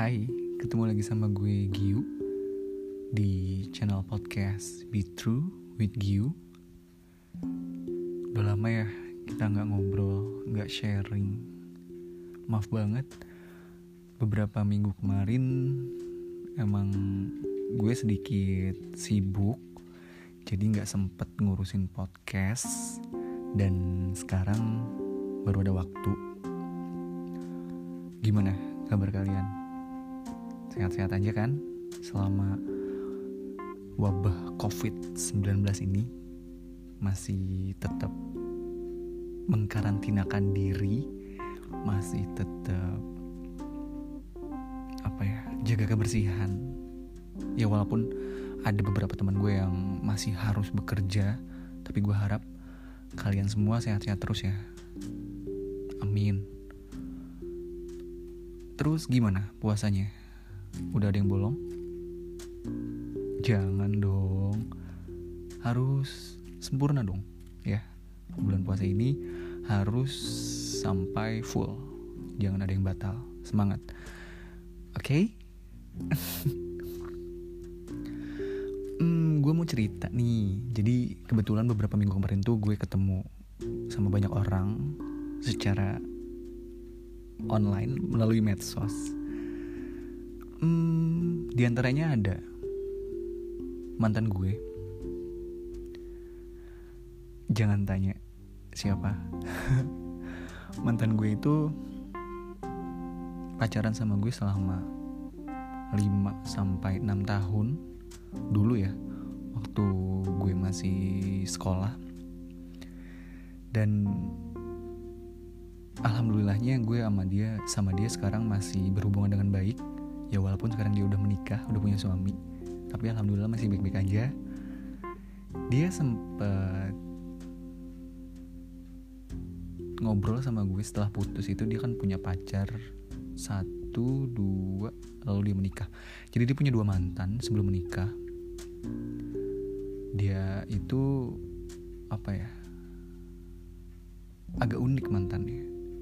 Hai, ketemu lagi sama gue Giu di channel podcast Be True with Giu. Udah lama ya kita gak ngobrol, gak sharing. Maaf banget, beberapa minggu kemarin emang gue sedikit sibuk, jadi gak sempet ngurusin podcast. Dan sekarang baru ada waktu. Gimana kabar kalian? Sehat-sehat aja kan? Selama wabah COVID-19 ini masih tetap mengkarantinakan diri, masih tetap jaga kebersihan. Ya walaupun ada beberapa teman gue yang masih harus bekerja, tapi gue harap kalian semua sehat-sehat terus ya. Amin. Terus gimana puasanya? Udah ada yang bolong? Jangan dong. Harus sempurna dong ya. Bulan puasa ini harus sampai full. Jangan ada yang batal. Semangat. Oke? Gue mau cerita nih. Jadi kebetulan beberapa minggu kemarin tuh gue ketemu sama banyak orang secara online melalui medsos. Di antaranya ada mantan gue. Jangan tanya siapa. Mantan gue itu pacaran sama gue selama 5-6 tahun dulu ya, waktu gue masih sekolah. Dan alhamdulillahnya gue sama dia sekarang masih berhubungan dengan baik. Ya walaupun sekarang dia udah menikah, udah punya suami, tapi alhamdulillah masih baik-baik aja. Dia sempet ngobrol sama gue setelah putus itu. Dia kan punya pacar 1, 2, lalu dia menikah. Jadi dia punya 2 mantan sebelum menikah. Dia itu agak unik mantannya.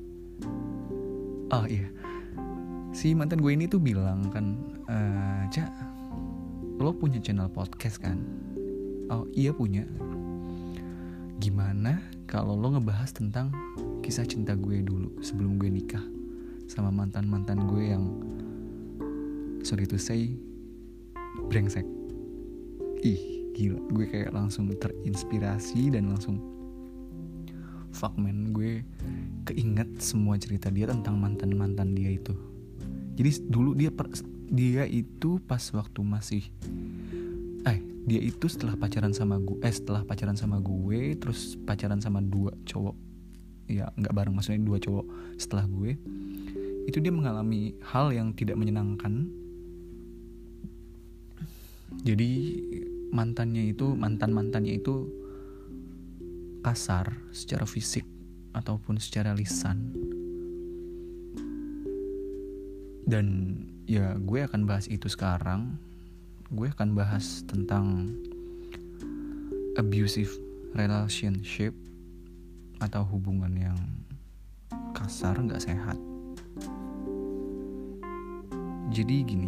Oh iya, si mantan gue ini tuh bilang kan, Cak, lo punya channel podcast kan? Oh iya punya. Gimana kalau lo ngebahas tentang kisah cinta gue dulu sebelum gue nikah sama mantan-mantan gue yang, sorry to say, brengsek. Ih gila, gue kayak langsung terinspirasi dan langsung fuck man, gue keinget semua cerita dia tentang mantan-mantan dia itu. Jadi dulu dia itu pas waktu masih dia itu setelah pacaran sama gue terus pacaran sama 2 cowok. Ya nggak bareng, maksudnya 2 cowok setelah gue. Itu dia mengalami hal yang tidak menyenangkan. Jadi mantannya itu kasar secara fisik ataupun secara lisan. Dan ya gue akan bahas itu sekarang. Gue akan bahas tentang abusive relationship atau hubungan yang kasar, gak sehat. Jadi gini,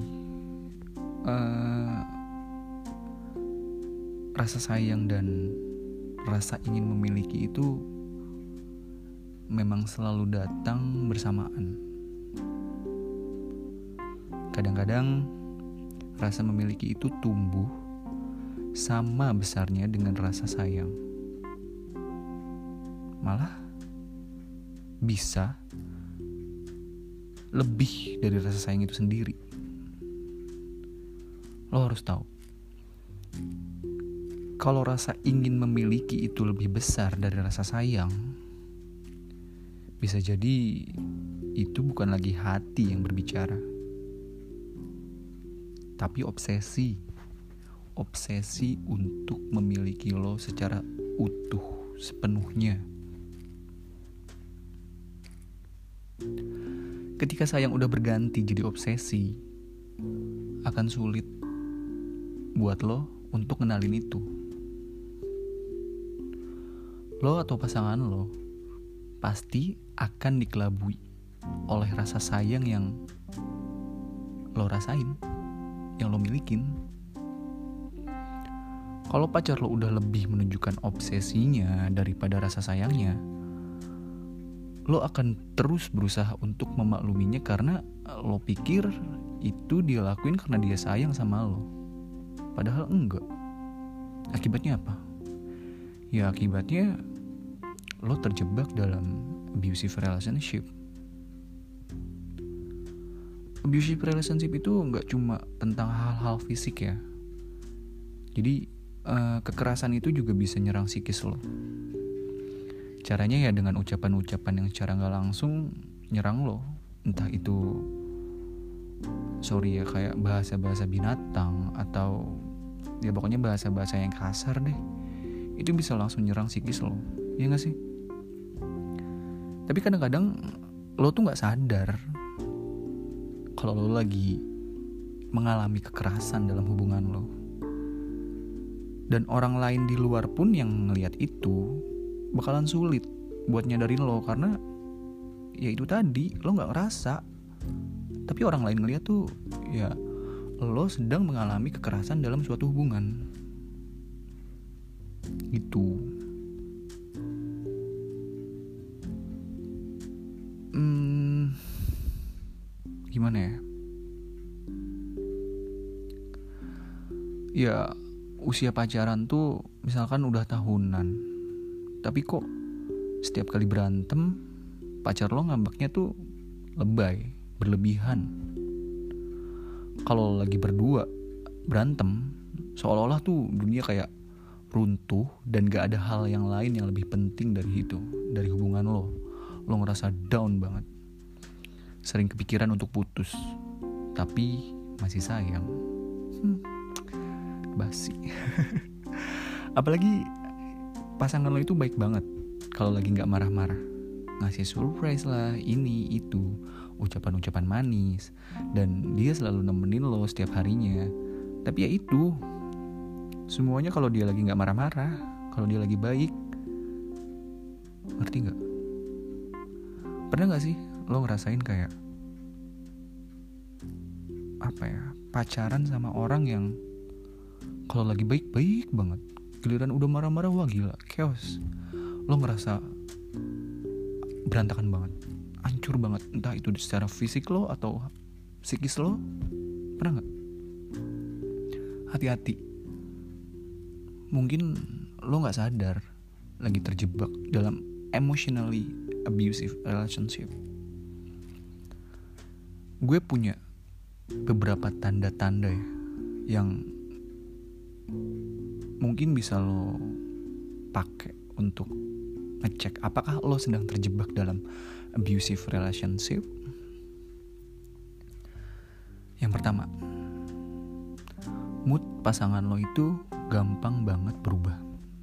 rasa sayang dan rasa ingin memiliki itu memang selalu datang bersamaan. Kadang-kadang rasa memiliki itu tumbuh sama besarnya dengan rasa sayang. Malah bisa lebih dari rasa sayang itu sendiri. Lo harus tahu, kalau rasa ingin memiliki itu lebih besar dari rasa sayang, bisa jadi itu bukan lagi hati yang berbicara, tapi obsesi untuk memiliki lo secara utuh, sepenuhnya. Ketika sayang udah berganti jadi obsesi, akan sulit buat lo untuk kenalin itu. Lo atau pasangan lo pasti akan dikelabui oleh rasa sayang yang lo rasain, yang lo milikin. Kalau pacar lo udah lebih menunjukkan obsesinya daripada rasa sayangnya, lo akan terus berusaha untuk memakluminya karena lo pikir itu dia lakuin karena dia sayang sama lo. Padahal enggak. Akibatnya apa? Ya akibatnya lo terjebak dalam abusive relationship. Abusive relationship itu nggak cuma tentang hal-hal fisik ya. Jadi kekerasan itu juga bisa nyerang psikis lo. Caranya ya dengan ucapan-ucapan yang secara nggak langsung nyerang lo. Entah itu kayak bahasa-bahasa binatang atau ya pokoknya bahasa-bahasa yang kasar deh. Itu bisa langsung nyerang psikis lo. Iya nggak sih? Tapi kadang-kadang lo tuh nggak sadar kalau lo lagi mengalami kekerasan dalam hubungan lo. Dan orang lain di luar pun yang ngelihat itu bakalan sulit buat nyadarin lo karena ya itu tadi lo nggak ngerasa, tapi orang lain ngelihat tuh ya lo sedang mengalami kekerasan dalam suatu hubungan gitu. Gimana ya? Ya usia pacaran tuh misalkan udah tahunan, tapi kok setiap kali berantem pacar lo ngambeknya tuh lebay, berlebihan. Kalau lagi berdua berantem seolah-olah tuh dunia kayak runtuh dan gak ada hal yang lain yang lebih penting dari itu, dari hubungan lo. Lo ngerasa down banget, sering kepikiran untuk putus, tapi masih sayang. Basi. Apalagi pasangan lo itu baik banget kalau lagi gak marah-marah, ngasih surprise lah, ini itu, ucapan-ucapan manis, dan dia selalu nemenin lo setiap harinya. Tapi ya itu semuanya kalau dia lagi gak marah-marah, kalau dia lagi baik. Ngerti gak? Pernah gak sih lo ngerasain kayak pacaran sama orang yang kalau lagi baik-baik banget, giliran udah marah-marah, wah gila, chaos. Lo ngerasa berantakan banget, hancur banget, entah itu secara fisik lo atau psikis lo. Pernah gak? Hati-hati, mungkin lo gak sadar lagi terjebak dalam emotionally abusive relationship. Gue punya beberapa tanda-tanda ya yang mungkin bisa lo pakai untuk ngecek apakah lo sedang terjebak dalam abusive relationship. Yang pertama, mood pasangan lo itu gampang banget berubah.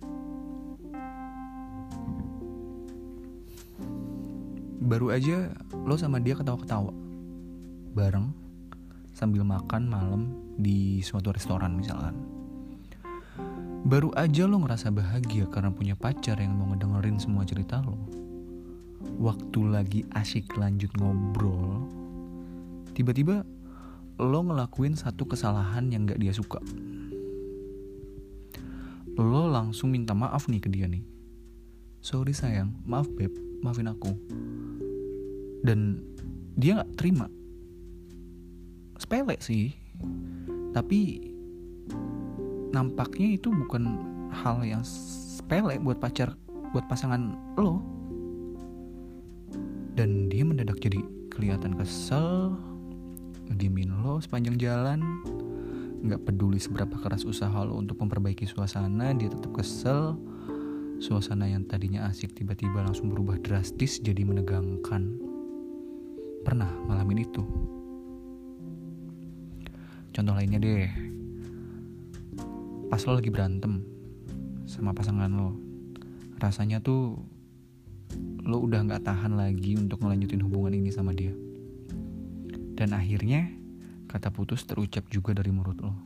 Baru aja lo sama dia ketawa-ketawa bareng sambil makan malam di suatu restoran misalkan. Baru aja lo ngerasa bahagia karena punya pacar yang mau ngedengerin semua cerita lo. Waktu lagi asyik lanjut ngobrol, tiba-tiba lo ngelakuin satu kesalahan yang gak dia suka. Lo langsung minta maaf nih ke dia nih. Sorry sayang, maaf beb, maafin aku. Dan dia gak terima. Sepele sih, tapi nampaknya itu bukan hal yang sepele buat pasangan lo. Dan dia mendadak jadi kelihatan kesel, ngediemin lo sepanjang jalan, gak peduli seberapa keras usaha lo untuk memperbaiki suasana, dia tetap kesel. Suasana yang tadinya asik tiba-tiba langsung berubah drastis jadi menegangkan. Pernah ngalamin itu? Contoh lainnya deh, pas lo lagi berantem sama pasangan lo, rasanya tuh lo udah gak tahan lagi untuk ngelanjutin hubungan ini sama dia. Dan akhirnya kata putus terucap juga dari mulut lo.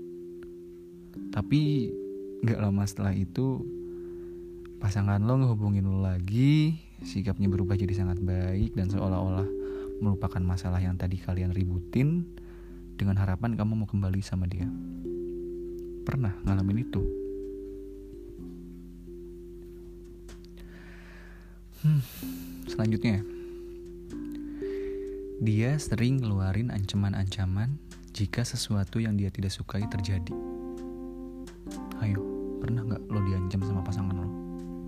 Tapi gak lama setelah itu pasangan lo ngehubungin lo lagi, sikapnya berubah jadi sangat baik dan seolah-olah melupakan masalah yang tadi kalian ributin. dengan harapan kamu mau kembali sama dia. Pernah ngalamin itu? Selanjutnya, dia sering ngeluarin ancaman-ancaman jika sesuatu yang dia tidak sukai terjadi. Ayo, pernah gak lo diancam sama pasangan lo?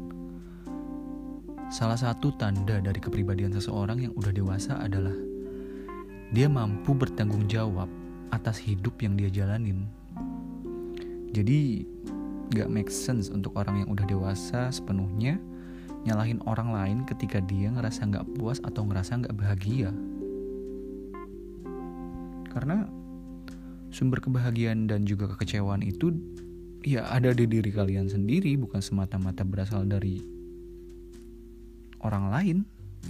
Salah satu tanda dari kepribadian seseorang yang udah dewasa adalah dia mampu bertanggung jawab atas hidup yang dia jalanin. Jadi gak make sense untuk orang yang udah dewasa sepenuhnya nyalahin orang lain ketika dia ngerasa gak puas atau ngerasa gak bahagia. Karena sumber kebahagiaan dan juga kekecewaan itu ya ada di diri kalian sendiri, bukan semata-mata berasal dari orang lain.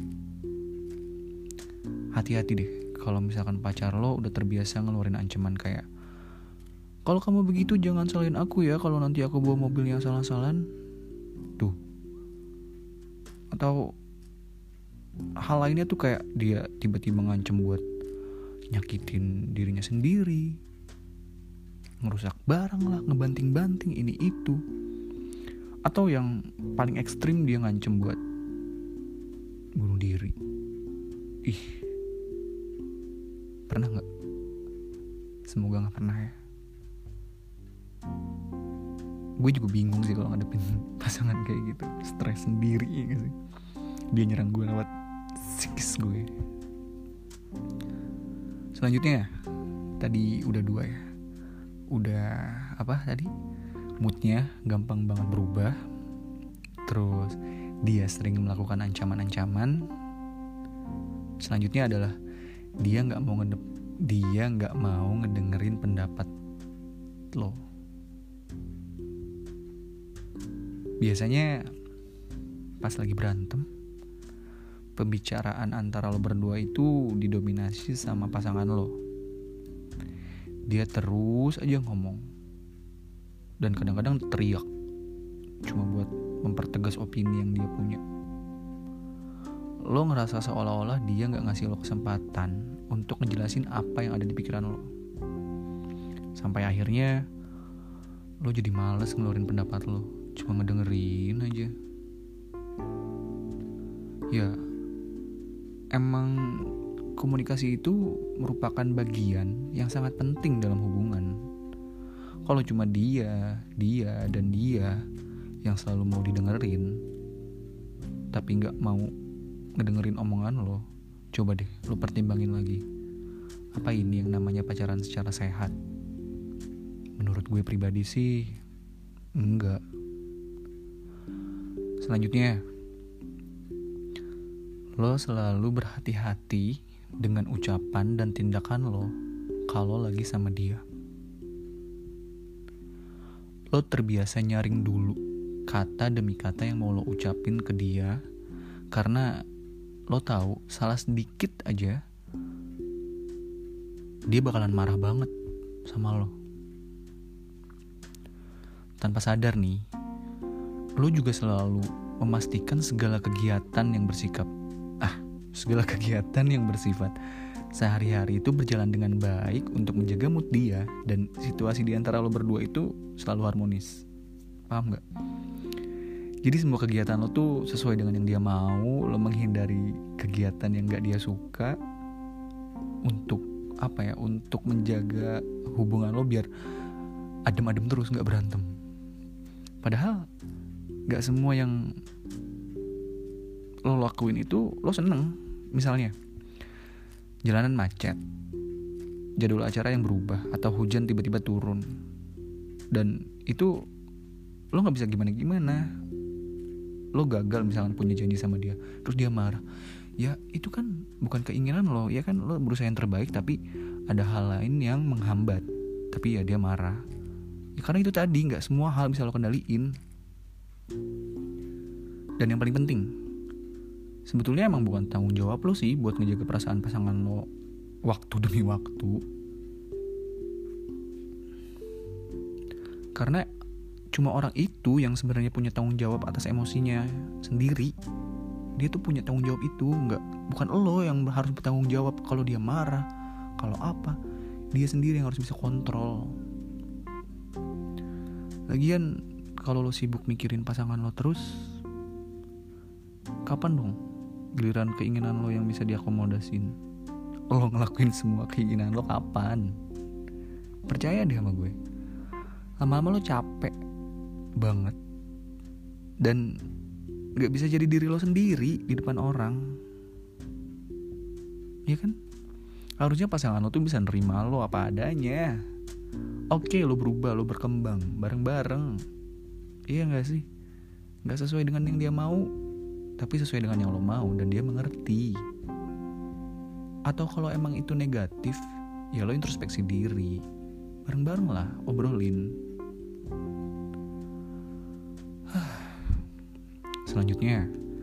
Hati-hati deh kalau misalkan pacar lo udah terbiasa ngeluarin ancaman kayak, kalau kamu begitu jangan salahin aku ya kalau nanti aku bawa mobil yang salah-salahan. Tuh. Atau hal lainnya tuh kayak dia tiba-tiba ngancem buat nyakitin dirinya sendiri, ngerusak barang lah, ngebanting-banting ini itu. Atau yang paling ekstrim dia ngancem buat bunuh diri. Ih, pernah gak? Semoga gak pernah ya. Gue juga bingung sih kalau ngadepin pasangan kayak gitu. Stres sendiri ya gak sih? Dia nyerang gue lewat psikis gue. Selanjutnya, tadi udah 2 ya. Udah apa tadi? Moodnya gampang banget berubah. Terus dia sering melakukan ancaman-ancaman. Selanjutnya adalah dia nggak mau ngedengerin pendapat lo. Biasanya pas lagi berantem, pembicaraan antara lo berdua itu didominasi sama pasangan lo. Dia terus aja ngomong dan kadang-kadang teriak cuma buat mempertegas opini yang dia punya. Lo ngerasa seolah-olah dia gak ngasih lo kesempatan untuk ngejelasin apa yang ada di pikiran lo. Sampai akhirnya lo jadi males ngeluarin pendapat lo, cuma ngedengerin aja. Ya, emang komunikasi itu merupakan bagian yang sangat penting dalam hubungan. Kalau cuma dia yang selalu mau didengerin, tapi gak mau ngedengerin omongan lo, coba deh lo pertimbangin lagi. Apa ini yang namanya pacaran secara sehat? Menurut gue pribadi sih enggak. Selanjutnya, lo selalu berhati-hati dengan ucapan dan tindakan lo kalau lagi sama dia. Lo terbiasa nyaring dulu kata demi kata yang mau lo ucapin ke dia, karena lo tahu salah sedikit aja dia bakalan marah banget sama lo. Tanpa sadar nih, lo juga selalu memastikan segala kegiatan yang bersifat sehari-hari itu berjalan dengan baik untuk menjaga mood dia dan situasi di antara lo berdua itu selalu harmonis. Paham gak? Jadi semua kegiatan lo tuh sesuai dengan yang dia mau. Lo menghindari kegiatan yang gak dia suka untuk untuk menjaga hubungan lo biar adem-adem terus, gak berantem. Padahal gak semua yang lo lakuin itu lo seneng. Misalnya jalanan macet, jadwal acara yang berubah, atau hujan tiba-tiba turun, dan itu lo gak bisa gimana-gimana. Lo gagal misalkan punya janji sama dia, terus dia marah. Ya itu kan bukan keinginan lo, ya kan lo berusaha yang terbaik, tapi ada hal lain yang menghambat, tapi ya dia marah. Ya karena itu tadi, gak semua hal bisa lo kendaliin. Dan yang paling penting, sebetulnya emang bukan tanggung jawab lo sih buat ngejaga perasaan pasangan lo waktu demi waktu. Karena cuma orang itu yang sebenarnya punya tanggung jawab atas emosinya sendiri. Dia tuh punya tanggung jawab itu, bukan lo yang harus bertanggung jawab kalau dia marah, kalau apa. Dia sendiri yang harus bisa kontrol. Lagian kalau lo sibuk mikirin pasangan lo terus, kapan dong giliran keinginan lo yang bisa diakomodasin? Lo ngelakuin semua keinginan lo kapan? Percaya deh sama gue, lama-lama lo capek banget dan gak bisa jadi diri lo sendiri di depan orang. Iya kan? Harusnya pasangan lo tuh bisa nerima lo apa adanya. Oke, lo berubah, lo berkembang bareng-bareng. Iya gak sih? Gak sesuai dengan yang dia mau, tapi sesuai dengan yang lo mau dan dia mengerti. Atau kalau emang itu negatif, ya lo introspeksi diri. Bareng-bareng lah, obrolin. Selanjutnya,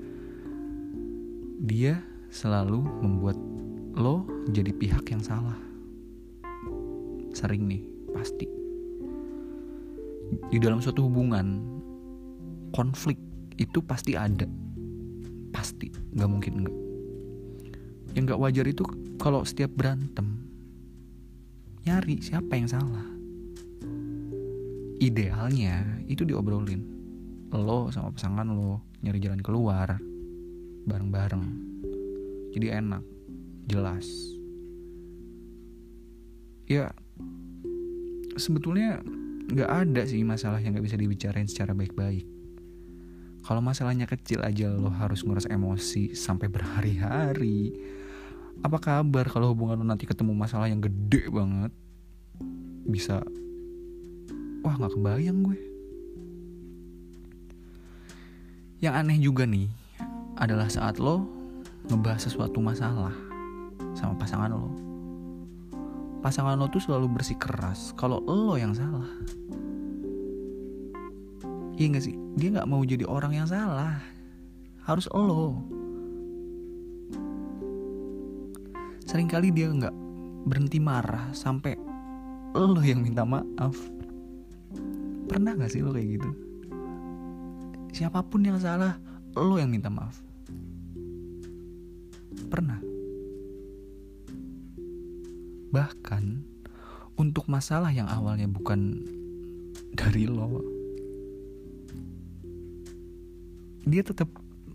dia selalu membuat lo jadi pihak yang salah. Sering nih, pasti. Di dalam suatu hubungan, konflik itu pasti ada. Pasti, gak mungkin enggak. Yang gak wajar itu kalau setiap berantem nyari siapa yang salah. Idealnya itu diobrolin. Lo sama pasangan lo nyari jalan keluar bareng-bareng. Jadi enak, jelas. Ya, sebetulnya gak ada sih masalah yang gak bisa dibicarain secara baik-baik. Kalau masalahnya kecil aja lo harus ngurus emosi sampai berhari-hari. Apa kabar kalau hubungan lo nanti ketemu masalah yang gede banget? Bisa, wah gak kebayang gue. Yang aneh juga nih adalah saat lo ngebahas sesuatu masalah sama pasangan lo. Pasangan lo tuh selalu bersikeras kalau lo yang salah. Iya gak sih? Dia gak mau jadi orang yang salah. Harus lo. Seringkali dia gak berhenti marah sampai lo yang minta maaf. Pernah gak sih lo kayak gitu? Siapapun yang salah, lo yang minta maaf. Pernah. Bahkan untuk masalah yang awalnya bukan dari lo, dia tetap,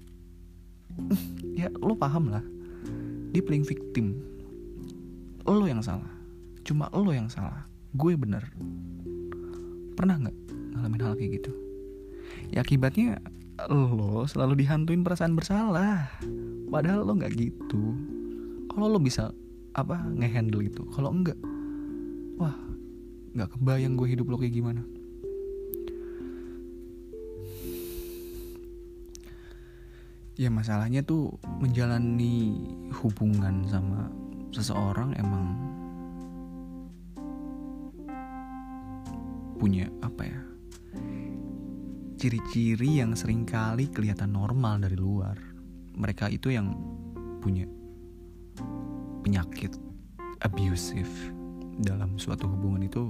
ya lo paham lah, dia playing victim. Lo yang salah, cuma lo yang salah, gue bener. Pernah gak ngalamin hal kayak gitu? Ya akibatnya lo selalu dihantuin perasaan bersalah, padahal lo gak gitu. Kalau lo bisa ngehandle itu, kalau enggak, wah gak kebayang gue hidup lo kayak gimana. Ya masalahnya tuh menjalani hubungan sama seseorang emang punya ciri-ciri yang seringkali kelihatan normal dari luar. Mereka itu yang punya penyakit abusive dalam suatu hubungan itu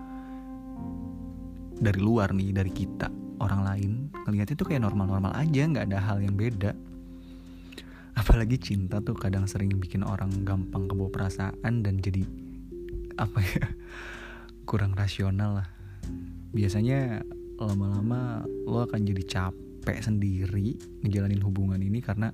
dari luar nih, dari kita orang lain ngelihat itu kayak normal-normal aja, nggak ada hal yang beda. Apalagi cinta tuh kadang sering bikin orang gampang kebawa perasaan dan jadi kurang rasional lah. Biasanya lama-lama lo akan jadi capek sendiri ngejalanin hubungan ini karena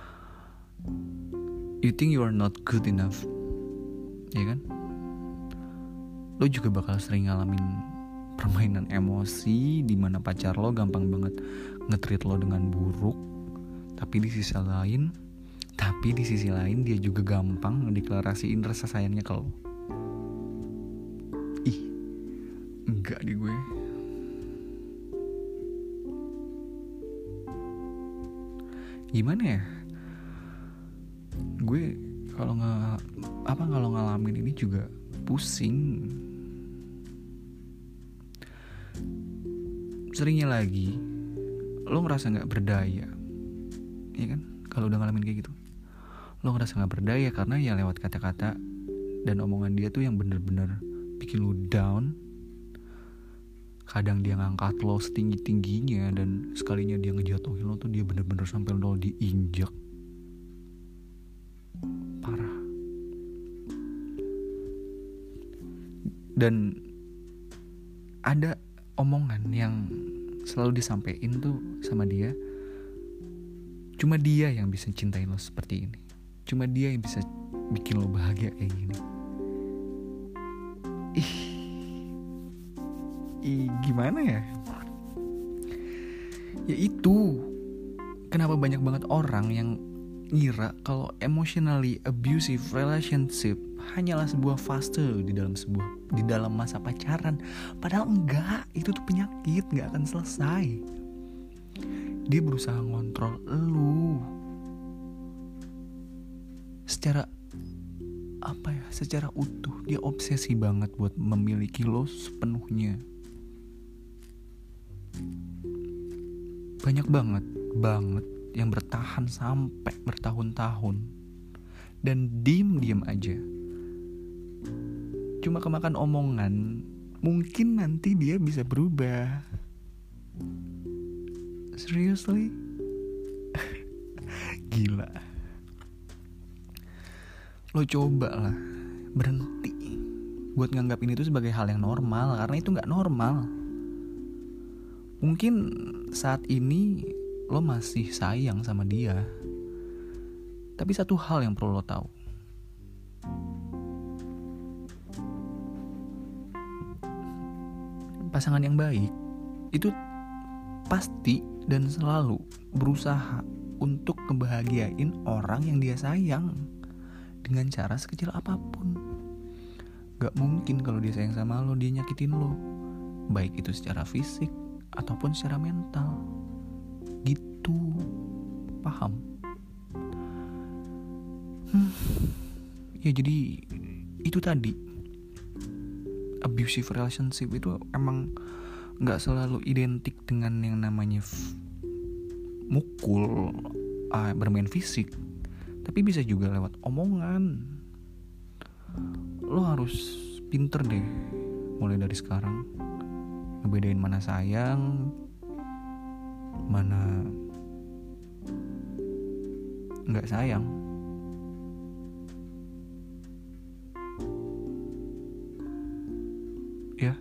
you think you are not good enough, ya kan? Lo juga bakal sering ngalamin permainan emosi di mana pacar lo gampang banget nge-treat lo dengan buruk, tapi di sisi lain dia juga gampang ngedeklarasiin rasa sayangnya ke lo. Ih, enggak di gue. Gimana ya? Gue kalau ngalamin ini juga pusing. Seringnya lagi lo ngerasa nggak berdaya, ya kan? Kalau udah ngalamin kayak gitu, lo ngerasa nggak berdaya karena ya lewat kata-kata dan omongan dia tuh yang bener-bener bikin lo down. Kadang dia ngangkat lo setinggi-tingginya dan sekalinya dia ngejatuhin lo tuh dia bener-bener sampai lo diinjak. Parah. Dan ada omongan yang selalu disampaikan tuh sama dia, cuma dia yang bisa cintain lo seperti ini, cuma dia yang bisa bikin lo bahagia kayak gini. Gimana ya? Ya itu kenapa banyak banget orang yang ngira kalau emotionally abusive relationship hanyalah sebuah fase di dalam masa pacaran. Padahal enggak, itu tuh penyakit, enggak akan selesai. Dia berusaha ngontrol lu secara secara utuh. Dia obsesi banget buat memiliki lo sepenuhnya. Banyak banget yang bertahan sampai bertahun-tahun dan diem aja, cuma kemakan omongan. Mungkin nanti dia bisa berubah. Seriously? Gila. Lo coba lah berhenti buat nganggap ini tuh sebagai hal yang normal, karena itu gak normal. Mungkin saat ini lo masih sayang sama dia, tapi satu hal yang perlu lo tahu, pasangan yang baik itu pasti dan selalu berusaha untuk ngebahagiain orang yang dia sayang dengan cara sekecil apapun. Gak mungkin kalau dia sayang sama lo, dia nyakitin lo, baik itu secara fisik ataupun secara mental. Gitu, paham? Ya jadi itu tadi, abusive relationship itu emang gak selalu identik dengan yang namanya mukul, bermain fisik, tapi bisa juga lewat omongan. Lo harus pinter deh mulai dari sekarang ngebedain mana sayang, mana gak sayang. Ya,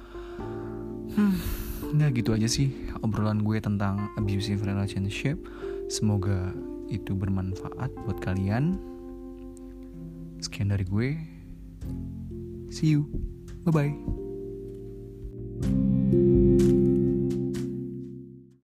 nah gitu aja sih obrolan gue tentang abusive relationship. Semoga itu bermanfaat buat kalian. Sekian dari gue. See you. Bye-bye.